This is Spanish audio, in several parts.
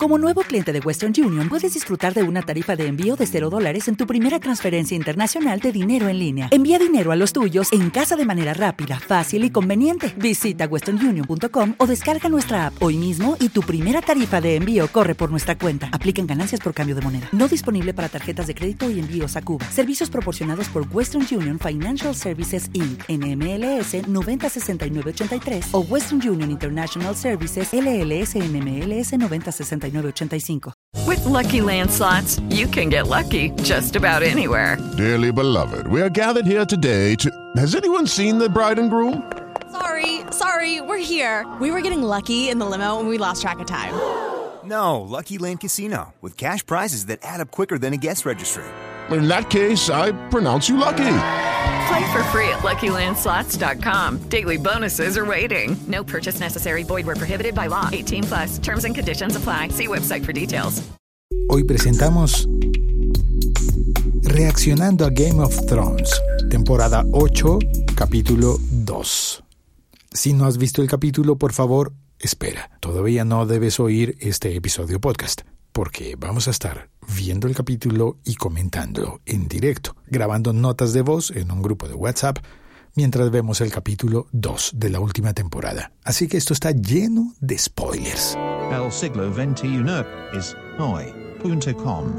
Como nuevo cliente de Western Union, puedes disfrutar de una tarifa de envío de $0 en tu primera transferencia internacional de dinero en línea. Envía dinero a los tuyos en casa de manera rápida, fácil y conveniente. Visita westernunion.com o descarga nuestra app hoy mismo y tu primera tarifa de envío corre por nuestra cuenta. Aplican ganancias por cambio de moneda. No disponible para tarjetas de crédito y envíos a Cuba. Servicios proporcionados por Western Union Financial Services Inc. NMLS 906983 o Western Union International Services LLS NMLS 906985. With Lucky Land Slots, you can get lucky just about anywhere. Dearly beloved, we are gathered here today to... Has anyone seen the bride and groom? Sorry, we're here. We were getting lucky in the limo and we lost track of time. No, Lucky Land Casino, with cash prizes that add up quicker than a guest registry. In that case, I pronounce you lucky. Play for free at LuckyLandSlots.com. Daily bonuses are waiting. No purchase necessary. Void where prohibited by law. 18+. Terms and conditions apply. See website for details. Hoy presentamos Reaccionando a Game of Thrones, temporada 8, capítulo 2. Si no has visto el capítulo, por favor, espera. Todavía no debes oír este episodio podcast, porque vamos a estar viendo el capítulo y comentándolo en directo, grabando notas de voz en un grupo de WhatsApp mientras vemos el capítulo 2 de la última temporada. Así que esto está lleno de spoilers. El siglo XXI es hoy.com.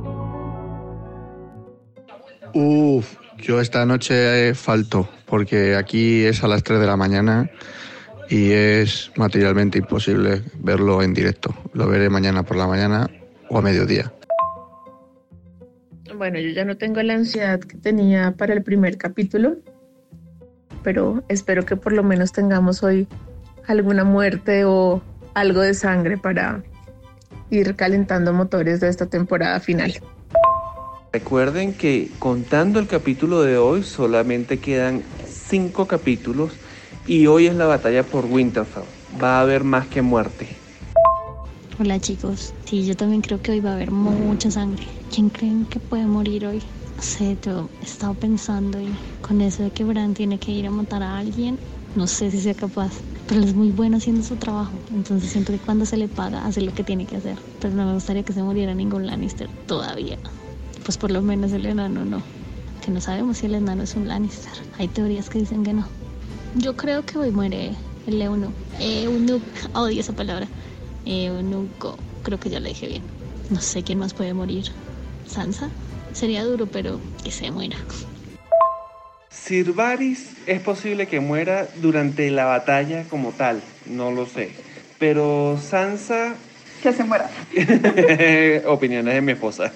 Yo esta noche falto, porque aquí es a las 3 de la mañana y es materialmente imposible verlo en directo. Lo veré mañana por la mañana o a mediodía. Bueno, yo ya no tengo la ansiedad que tenía para el primer capítulo, pero espero que por lo menos tengamos hoy alguna muerte o algo de sangre para ir calentando motores de esta temporada final. Recuerden que contando el capítulo de hoy solamente quedan 5 capítulos y hoy es la batalla por Winterfell. Va a haber más que muerte. Hola chicos, sí, yo también creo que hoy va a haber mucha sangre. ¿Quién creen que puede morir hoy? No sé, yo he estado pensando y con eso de que Bran tiene que ir a matar a alguien, no sé si sea capaz. Pero él es muy bueno haciendo su trabajo, entonces siento que cuando se le paga hace lo que tiene que hacer. Pero no me gustaría que se muriera ningún Lannister todavía. Pues por lo menos el enano no. Que no sabemos si el enano es un Lannister. Hay teorías que dicen que no. Yo creo que hoy muere el eunuco. Odio esa palabra. Eunuco. Creo que ya lo dije bien. No sé quién más puede morir. ¿Sansa? Sería duro, pero que se muera. Sir Varys es posible que muera durante la batalla como tal. No lo sé. Pero Sansa... que se muera. Opiniones de mi esposa.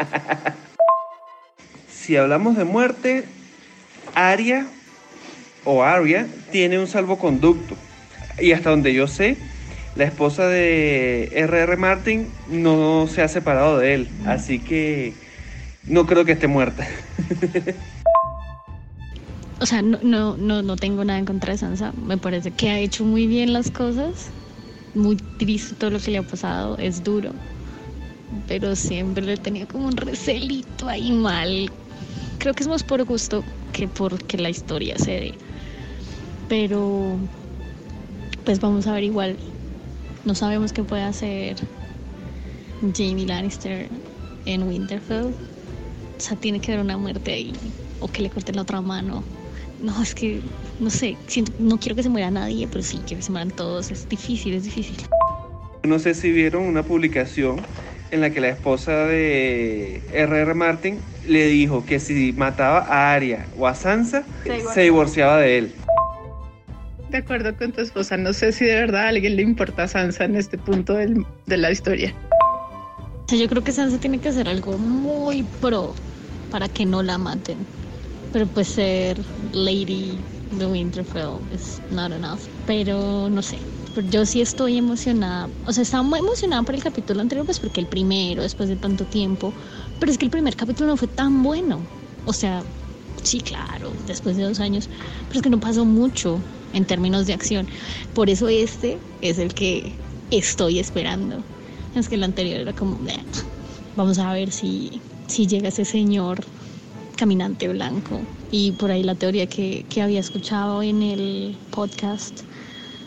Si hablamos de muerte, Arya tiene un salvoconducto. Y hasta donde yo sé, la esposa de R.R. Martin no se ha separado de él. Así que no creo que esté muerta. O sea, no tengo nada en contra de Sansa. Me parece que ha hecho muy bien las cosas. Muy triste todo lo que le ha pasado, es duro, pero siempre le tenía como un recelito ahí mal. Creo que es más por gusto que porque la historia se dé, pero pues vamos a ver. Igual no sabemos qué puede hacer Jaime Lannister en Winterfell. O sea, tiene que haber una muerte ahí, o que le corten la otra mano. No, es que, no sé, no quiero que se muera nadie, pero sí quiero que se mueran todos. Es difícil. No sé si vieron una publicación en la que la esposa de R.R. Martin le dijo que si mataba a Arya o a Sansa, se divorciaba de él. De acuerdo con tu esposa, no sé si de verdad a alguien le importa a Sansa en este punto de la historia. O sea, yo creo que Sansa tiene que hacer algo muy pro para que no la maten. Pero pues ser Lady de Winterfell es not enough. Pero no sé, pero yo sí estoy emocionada. O sea, estaba muy emocionada por el capítulo anterior, pues porque el primero, después de tanto tiempo. Pero es que el primer capítulo no fue tan bueno. O sea, sí, claro, después de 2 años. Pero es que no pasó mucho en términos de acción. Por eso este es el que estoy esperando. Es que el anterior era como... Vamos a ver si llega ese señor caminante blanco. Y por ahí la teoría que había escuchado en el podcast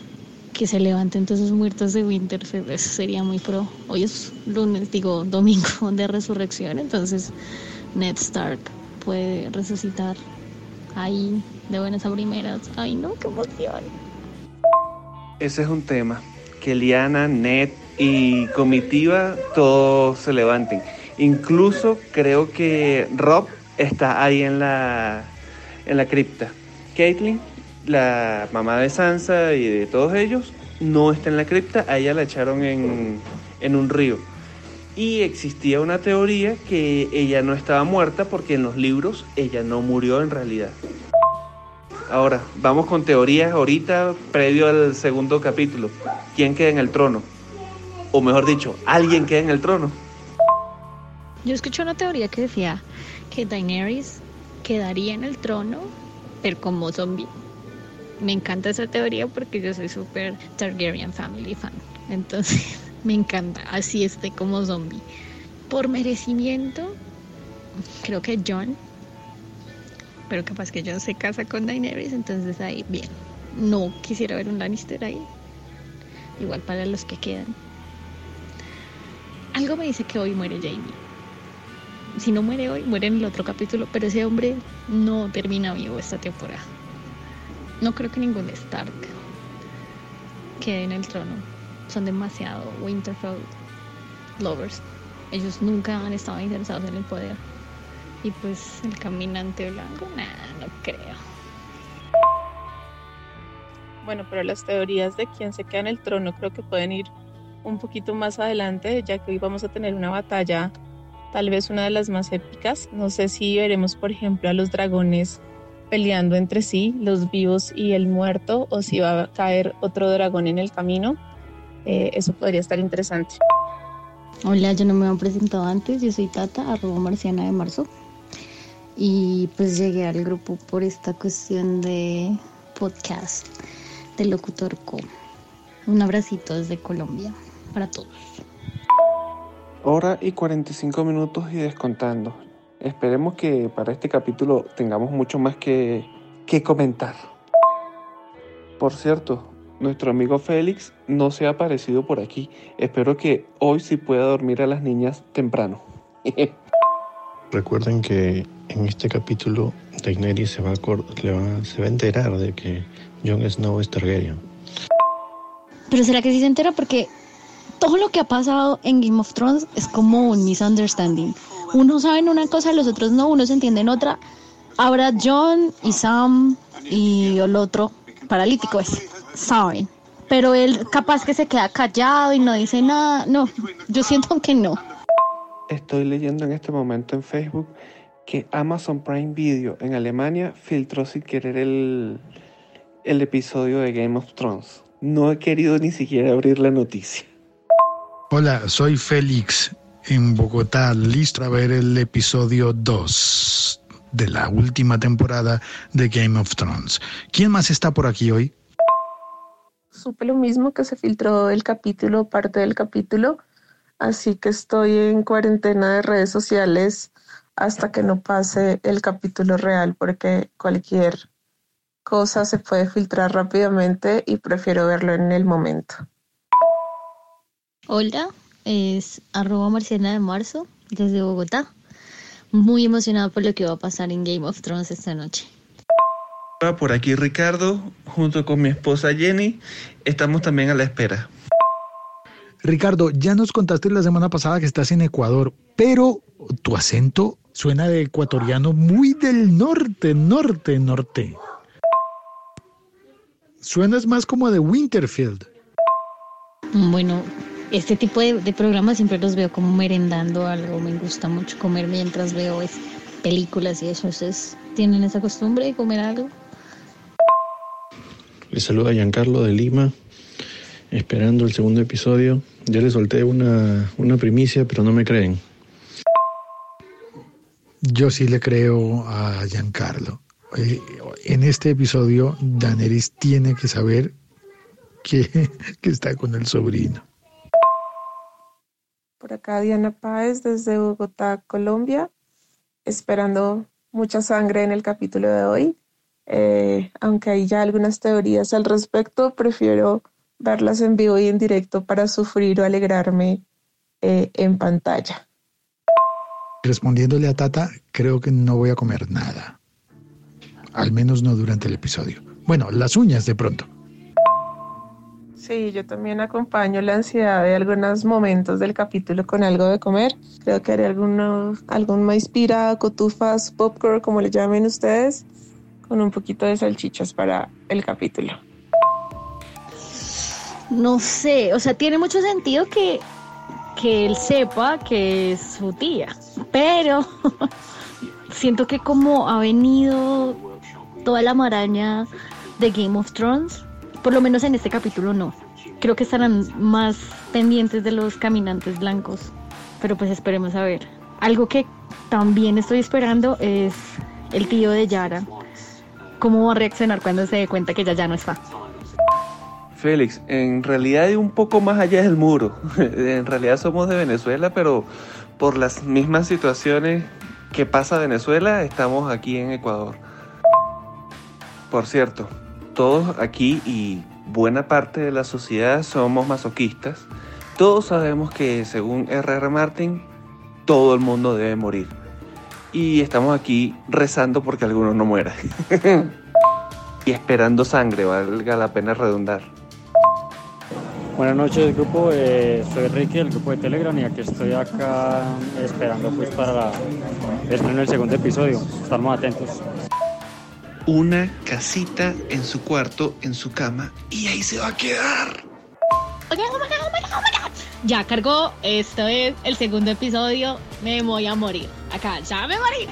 que se levanten todos esos muertos de Winterfell, eso sería muy pro. Hoy es domingo de resurrección, entonces Ned Stark puede resucitar ahí de buenas a primeras. Ay no, qué emoción. Ese es un tema, que Lyanna, Ned y comitiva todos se levanten. Incluso creo que Robb está ahí en la cripta. Catelyn, la mamá de Sansa y de todos ellos, no está en la cripta, a ella la echaron en un río. Y existía una teoría que ella no estaba muerta porque en los libros ella no murió en realidad. Ahora, vamos con teorías ahorita, previo al segundo capítulo. ¿Quién queda en el trono? O mejor dicho, ¿alguien queda en el trono? Yo escuché una teoría que decía que Daenerys quedaría en el trono, pero como zombie. Me encanta esa teoría porque yo soy súper Targaryen family fan. Entonces, me encanta, así esté como zombie. Por merecimiento, creo que Jon, pero capaz que Jon se casa con Daenerys, entonces ahí, bien. No quisiera ver un Lannister ahí. Igual para los que quedan. Algo me dice que hoy muere Jaime. Si no muere hoy, muere en el otro capítulo, pero ese hombre no termina vivo esta temporada. No creo que ningún Stark quede en el trono. Son demasiado Winterfell lovers. Ellos nunca han estado interesados en el poder. Y pues el caminante blanco, no creo. Bueno, pero las teorías de quién se queda en el trono creo que pueden ir un poquito más adelante, ya que hoy vamos a tener una batalla, tal vez una de las más épicas. No sé si veremos, por ejemplo, a los dragones peleando entre sí, los vivos y el muerto, o si va a caer otro dragón en el camino. Eso podría estar interesante. Hola, yo no me había presentado antes, yo soy Tata, @marciana de marzo. Y pues llegué al grupo por esta cuestión de podcast de Locutor Co. Un abracito desde Colombia para todos. Hora y 45 minutos y descontando. Esperemos que para este capítulo tengamos mucho más que comentar. Por cierto, nuestro amigo Félix no se ha aparecido por aquí. Espero que hoy sí pueda dormir a las niñas temprano. Recuerden que en este capítulo Daenerys se va a enterar de que Jon Snow es Targaryen. Pero ¿será que sí se entera? Porque todo lo que ha pasado en Game of Thrones es como un misunderstanding. Unos saben una cosa, los otros no, unos entienden otra. Ahora Jon y Sam y el otro paralítico saben. Pero él capaz que se queda callado y no dice nada. No, yo siento que no. Estoy leyendo en este momento en Facebook que Amazon Prime Video en Alemania filtró sin querer el episodio de Game of Thrones. No he querido ni siquiera abrir la noticia. Hola, soy Félix en Bogotá, listo a ver el episodio 2 de la última temporada de Game of Thrones. ¿Quién más está por aquí hoy? Supe lo mismo, que se filtró el capítulo, parte del capítulo, así que estoy en cuarentena de redes sociales hasta que no pase el capítulo real, porque cualquier cosa se puede filtrar rápidamente y prefiero verlo en el momento. Hola, es @marciana de marzo desde Bogotá. Muy emocionada por lo que va a pasar en Game of Thrones esta noche. Por aquí Ricardo, junto con mi esposa Jenny, estamos también a la espera. Ricardo, ya nos contaste la semana pasada que estás en Ecuador, pero tu acento suena de ecuatoriano muy del norte. Suenas más como de Winterfell. Bueno, este tipo de programas siempre los veo como merendando algo. Me gusta mucho comer mientras veo películas y eso. ¿Ustedes tienen esa costumbre de comer algo? Les saluda Giancarlo de Lima, esperando el segundo episodio. Ya les solté una primicia, pero no me creen. Yo sí le creo a Giancarlo. En este episodio, Daenerys tiene que saber que está con el sobrino. Por acá Diana Páez desde Bogotá, Colombia, esperando mucha sangre en el capítulo de hoy. Aunque hay ya algunas teorías al respecto, prefiero verlas en vivo y en directo para sufrir o alegrarme en pantalla. Respondiéndole a Tata, creo que no voy a comer nada. Al menos no durante el episodio. Bueno, las uñas de pronto. Sí, yo también acompaño la ansiedad de algunos momentos del capítulo con algo de comer. Creo que haré algún maíz pira, cotufas, popcorn, como le llamen ustedes, con un poquito de salchichas para el capítulo. No sé, o sea, tiene mucho sentido que él sepa que es su tía, pero siento que como ha venido toda la maraña de Game of Thrones, por lo menos en este capítulo no. Creo que estarán más pendientes de los caminantes blancos, pero pues esperemos a ver. Algo que también estoy esperando es el tío de Yara. ¿Cómo va a reaccionar cuando se dé cuenta que ella ya no está? Félix, en realidad hay un poco más allá del muro. En realidad somos de Venezuela, pero por las mismas situaciones que pasa Venezuela, estamos aquí en Ecuador. Por cierto, todos aquí y buena parte de la sociedad somos masoquistas. Todos sabemos que, según R.R. Martin, todo el mundo debe morir. Y estamos aquí rezando porque algunos no mueran. Y esperando sangre, valga la pena redundar. Buenas noches, grupo. Soy Ricky del grupo de Telegram y aquí estoy esperando pues para el estreno del segundo episodio. Estamos atentos. Una casita en su cuarto, en su cama, y ahí se va a quedar. Oh my God. Ya cargó, esto es el segundo episodio, me voy a morir. Acá, ya me morí.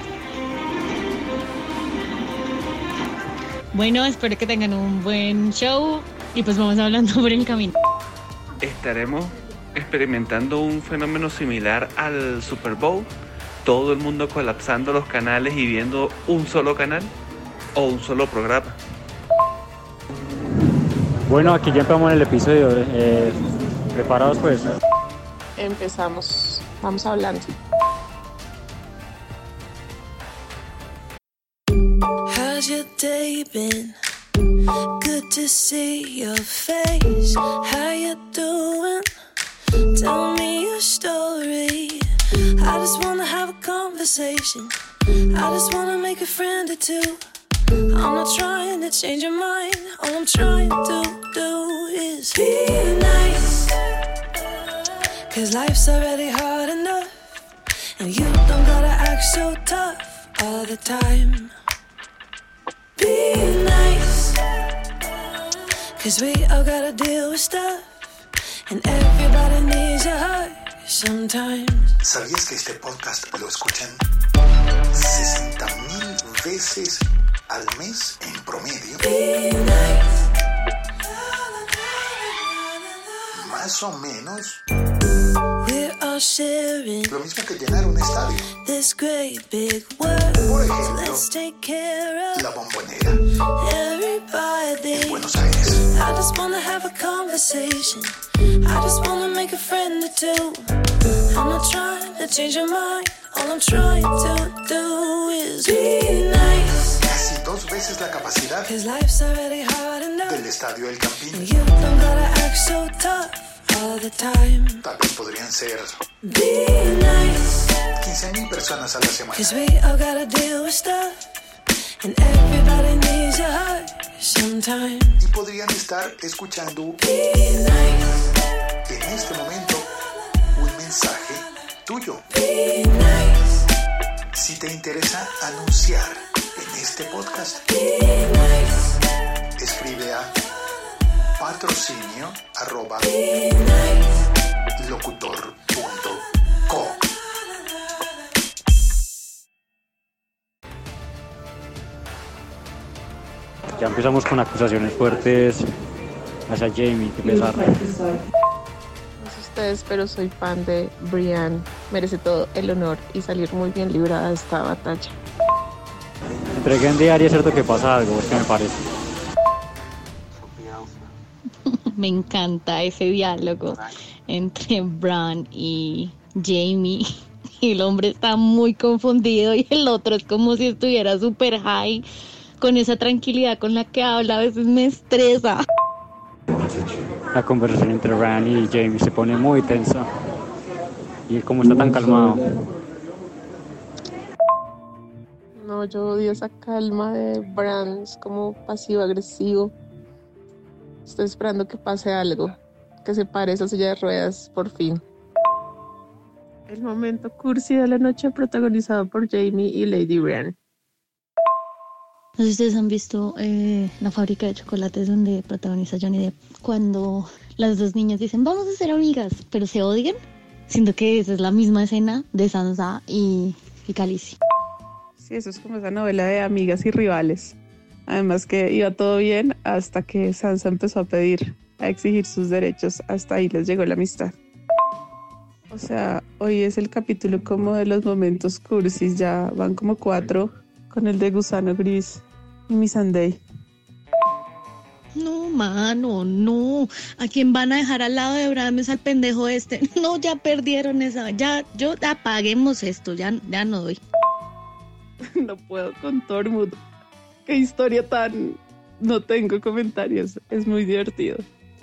Bueno, espero que tengan un buen show y pues vamos hablando por el camino. Estaremos experimentando un fenómeno similar al Super Bowl, todo el mundo colapsando los canales y viendo un solo canal o un solo programa. Bueno, aquí ya empezamos el episodio. ¿Preparados pues? Empezamos, vamos hablando. How's your day been? Good to see your face. How you doing? Tell me your story. I just wanna have a conversation. I just wanna make a friend or two. I'm not trying to change your mind. All I'm trying to do is be nice. 'Cause life's already hard enough, and you don't gotta act so tough all the time. Be nice, 'cause we all gotta deal with stuff, and everybody needs a hug sometimes. ¿Sabías que este podcast lo escuchan 60,000 veces al mes en promedio? Be nice. Más o menos. We're all sharing lo mismo que llenar un estadio. This great big world. Por ejemplo, let's take care of La Bombonera everybody. en Buenos Aires. I just wanna have a conversation. I just wanna make a friend or two. I'm not trying to change your mind. All I'm trying to do is be nice. Casi 2 veces la capacidad 'Cause life's already hard enough, del estadio El Campín. and you don't gotta act so tough all the time. Tal vez podrían ser Be nice. 15,000 personas a la semana. 'Cause we all gotta deal with stuff, and everybody needs a hug sometimes. Y podrían estar escuchando Be nice. en este momento un mensaje tuyo. Be nice. Si te interesa anunciar en este podcast, Be nice. escribe a patrocinio@locutor.co. Ya empezamos con acusaciones fuertes hacia Jamie, qué pesar. No sé ustedes, pero soy fan de Brienne. Merece todo el honor y salir muy bien librada de esta batalla. Entre Gendy y Arya es cierto que pasa algo, es que me parece. Me encanta ese diálogo entre Bran y Jamie. Y el hombre está muy confundido y el otro es como si estuviera super high. Con esa tranquilidad con la que habla, a veces me estresa. La conversación entre Bran y Jaime se pone muy tensa. Y él como está tan calmado. No, yo odio esa calma de Bran, es como pasivo-agresivo. Estoy esperando que pase algo, que se pare esa silla de ruedas, por fin. El momento cursi de la noche protagonizado por Jaime y Lady Bran. No sé si ustedes han visto La fábrica de chocolates donde protagoniza Johnny Depp. Cuando las dos niñas dicen, vamos a ser amigas, pero se odian. Siento que esa es la misma escena de Sansa y Khaleesi. Sí, eso es como esa novela de amigas y rivales. Además que iba todo bien hasta que Sansa empezó a exigir sus derechos. Hasta ahí les llegó la amistad. O sea, hoy es el capítulo como de los momentos cursis. Ya van como 4 con el de Gusano Gris y Missandei. No, mano, no. ¿A quién van a dejar al lado de Bran? Es al pendejo este. No, ya perdieron esa. Ya apaguemos esto. Ya no doy. No puedo con Tormund. Qué historia tan... No tengo comentarios. Es muy divertido.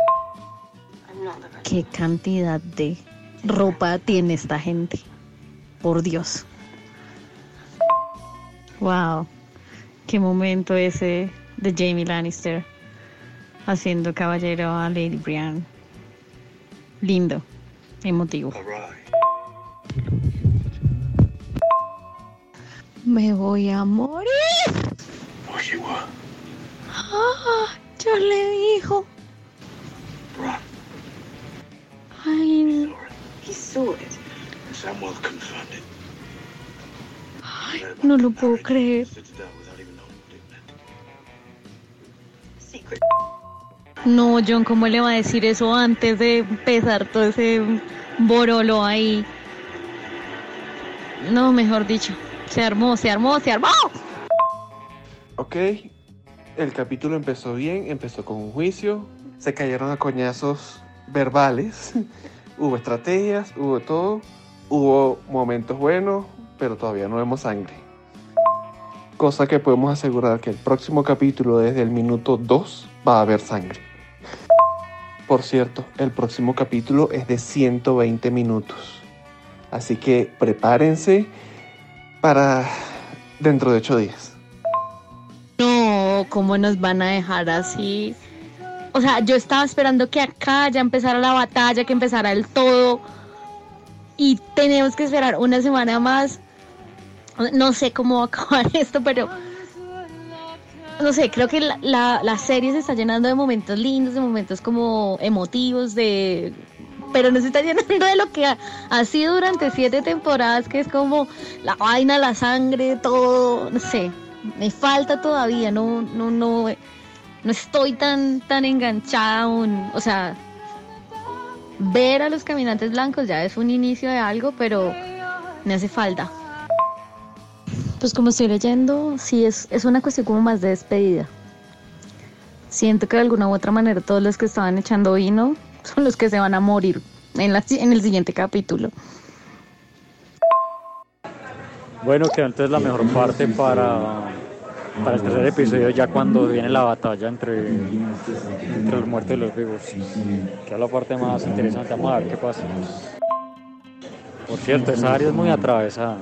Qué cantidad de ropa tiene esta gente. Por Dios. Wow. Qué momento ese de Jaime Lannister haciendo caballero a Lady Brienne. Lindo, emotivo. Me voy a morir. Yo le dijo. Ay, no lo puedo creer. No, Jon, ¿cómo le va a decir eso antes de empezar todo ese borolo ahí? No, mejor dicho, se armó. Ok, el capítulo empezó bien, empezó con un juicio, se cayeron a coñazos verbales, hubo estrategias, hubo todo, hubo momentos buenos, pero todavía no vemos sangre. Cosa que podemos asegurar que el próximo capítulo, desde el minuto 2, va a haber sangre. Por cierto, el próximo capítulo es de 120 minutos. Así que prepárense para dentro de 8 días. No, ¿cómo nos van a dejar así? O sea, yo estaba esperando que acá ya empezara la batalla, que empezara el todo. Y tenemos que esperar una semana más. No sé cómo va a acabar esto, pero... No sé, creo que la serie se está llenando de momentos lindos, de momentos como emotivos, pero no se está llenando de lo que ha sido durante 7 temporadas, que es como la vaina, la sangre, todo, no sé, me falta todavía, no estoy tan enganchada aún, o sea, ver a los caminantes blancos ya es un inicio de algo, pero me hace falta. Pues como estoy leyendo, sí es una cuestión como más de despedida. Siento que de alguna u otra manera todos los que estaban echando vino son los que se van a morir en el siguiente capítulo. Bueno, quedó entonces la mejor parte para el tercer episodio, ya cuando viene la batalla entre los muertos y los vivos. Que es la parte más interesante, vamos a ver qué pasa. Por cierto, esa área es muy atravesada.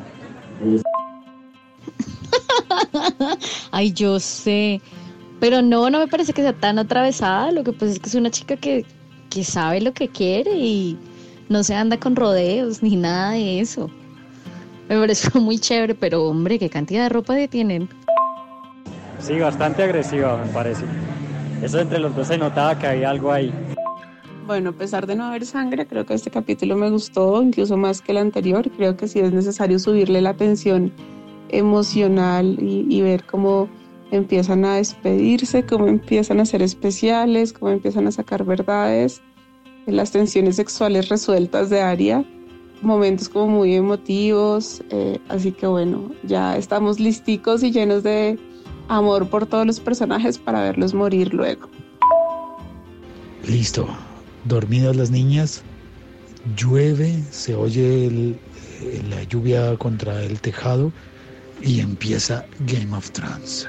Ay, yo sé, pero no me parece que sea tan atravesada. Lo que pasa es que es una chica que sabe lo que quiere y no se anda con rodeos ni nada de eso. Me pareció muy chévere, pero hombre, qué cantidad de ropa tienen. Sí, bastante agresiva me parece. Eso entre los dos se notaba que había algo ahí. Bueno, a pesar de no haber sangre, creo que este capítulo me gustó, incluso más que el anterior. Creo que sí es necesario subirle la tensión emocional y ver cómo empiezan a despedirse, cómo empiezan a ser especiales, cómo empiezan a sacar verdades, las tensiones sexuales resueltas de Arya, momentos como muy emotivos, así que bueno, ya estamos listicos y llenos de amor por todos los personajes para verlos morir luego. Listo, dormidas las niñas, llueve, se oye la lluvia contra el tejado y empieza Game of Thrones.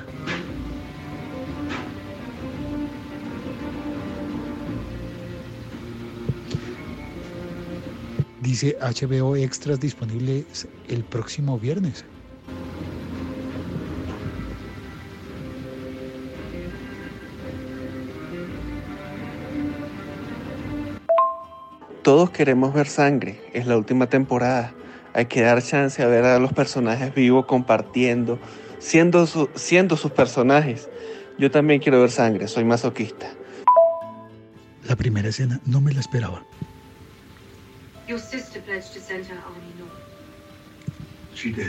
Dice HBO Extras disponibles el próximo viernes. Todos queremos ver sangre, es la última temporada. Hay que dar chance a ver a los personajes vivos compartiendo, siendo sus personajes. Yo también quiero ver sangre, soy masoquista. La primera escena no me la esperaba. Your sister pledged to send her army north. She did.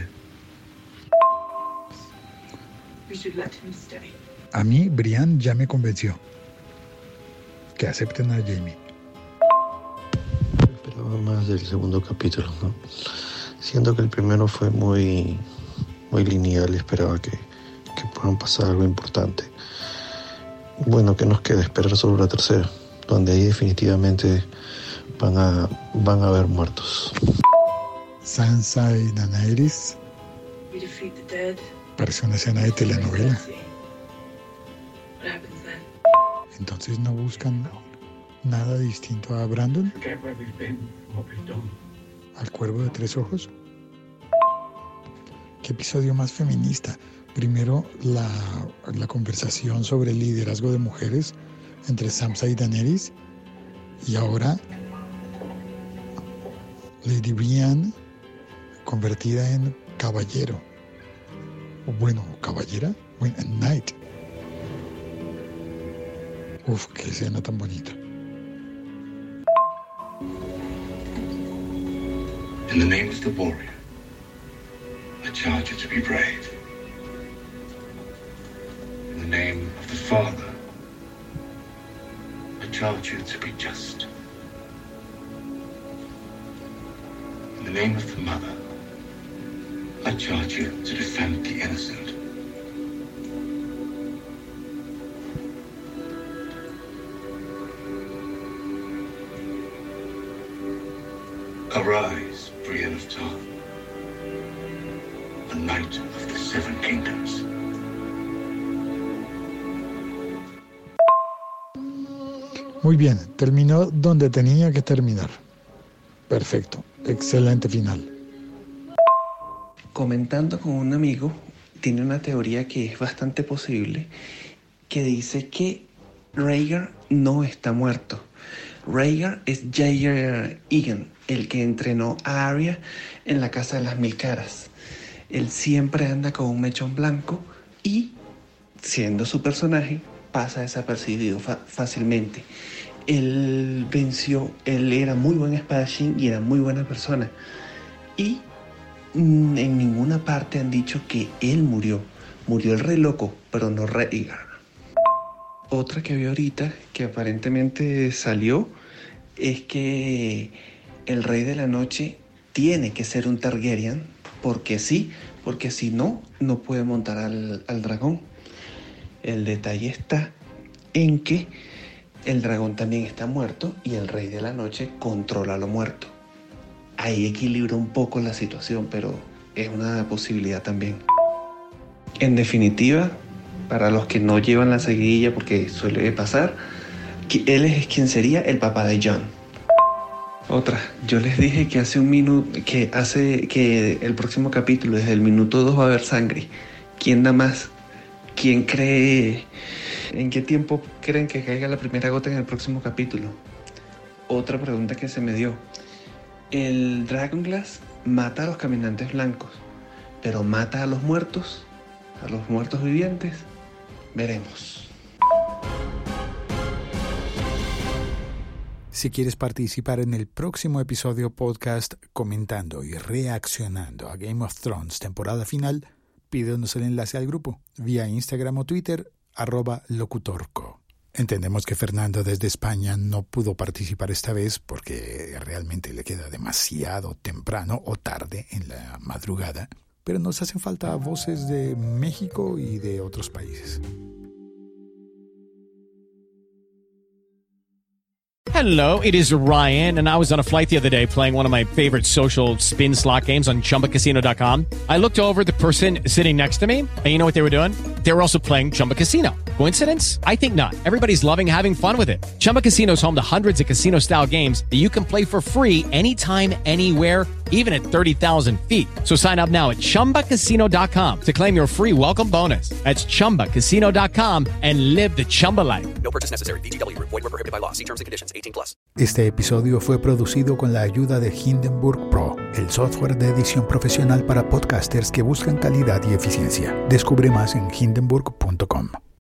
We should let him stay. A mí, Brian ya me convenció. Que acepten a Jamie. Esperaba más del segundo capítulo, ¿no? Siendo que el primero fue muy lineal, esperaba que puedan pasar algo importante. Bueno, que nos queda esperar sobre la tercera, donde ahí definitivamente van a haber muertos. Sansa y Daenerys. We defeat the dead. Parece una escena de telenovela. What happens then? Entonces no buscan nada distinto a Brandon. Forget where we've been, what we've done. Al cuervo de 3 ojos. Qué episodio más feminista. Primero la conversación sobre el liderazgo de mujeres entre Sansa y Daenerys, y ahora Lady Brienne convertida en caballero. Bueno, caballera, bueno, knight. Uf, qué escena tan bonita. In the name of the warrior, I charge you to be brave. In the name of the father, I charge you to be just. In the name of the mother, I charge you to defend the innocent. Arise, Brienne of Tarth, a knight of the Seven Kingdoms. Muy bien, terminó donde tenía que terminar. Perfecto, excelente final. Comentando con un amigo, tiene una teoría que es bastante posible, que dice que Rhaegar no está muerto. Rhaegar es Jaeger Egan, el que entrenó a Arya en la Casa de las Mil Caras. Él siempre anda con un mechón blanco y, siendo su personaje, pasa desapercibido fácilmente. Él era muy buen espadachín y era muy buena persona. Y en ninguna parte han dicho que él murió. Murió el Rey Loco, pero no Rhaegar. Otra que vi ahorita, que aparentemente salió, es que el Rey de la Noche tiene que ser un Targaryen, porque sí, porque si no, no puede montar al dragón. El detalle está en que el dragón también está muerto y el Rey de la Noche controla lo muerto. Ahí equilibra un poco la situación, pero es una posibilidad también. En definitiva, para los que no llevan la seguidilla, porque suele pasar, que él es quien sería el papá de Jon. Otra, yo les dije que que el próximo capítulo, desde el minuto 2 va a haber sangre. ¿Quién da más? ¿Quién cree? ¿En qué tiempo creen que caiga la primera gota en el próximo capítulo? Otra pregunta que se me dio. El Dragonglass mata a los caminantes blancos, pero mata a los muertos vivientes. Veremos. Si quieres participar en el próximo episodio podcast comentando y reaccionando a Game of Thrones temporada final, pídenos el enlace al grupo vía Instagram o Twitter @locutorco. Entendemos que Fernando desde España no pudo participar esta vez porque realmente le queda demasiado temprano o tarde en la madrugada, pero nos hacen falta voces de México y de otros países. Hello, it is Ryan, and I was on a flight the other day playing one of my favorite social spin slot games on ChumbaCasino.com. I looked over at the person sitting next to me, and you know what they were doing? they were also playing Chumba Casino. Coincidence? I think not. Everybody's loving having fun with it. Chumba Casino is home to hundreds of casino-style games that you can play for free anytime, anywhere, even at 30,000 feet. So sign up now at ChumbaCasino.com to claim your free welcome bonus. That's ChumbaCasino.com and live the Chumba life. No purchase necessary. VGW. Void where prohibited by law. See terms and conditions. 18+. Este episodio fue producido con la ayuda de Hindenburg Pro, el software de edición profesional para podcasters que buscan calidad y eficiencia. Descubre más en hindenburg.com.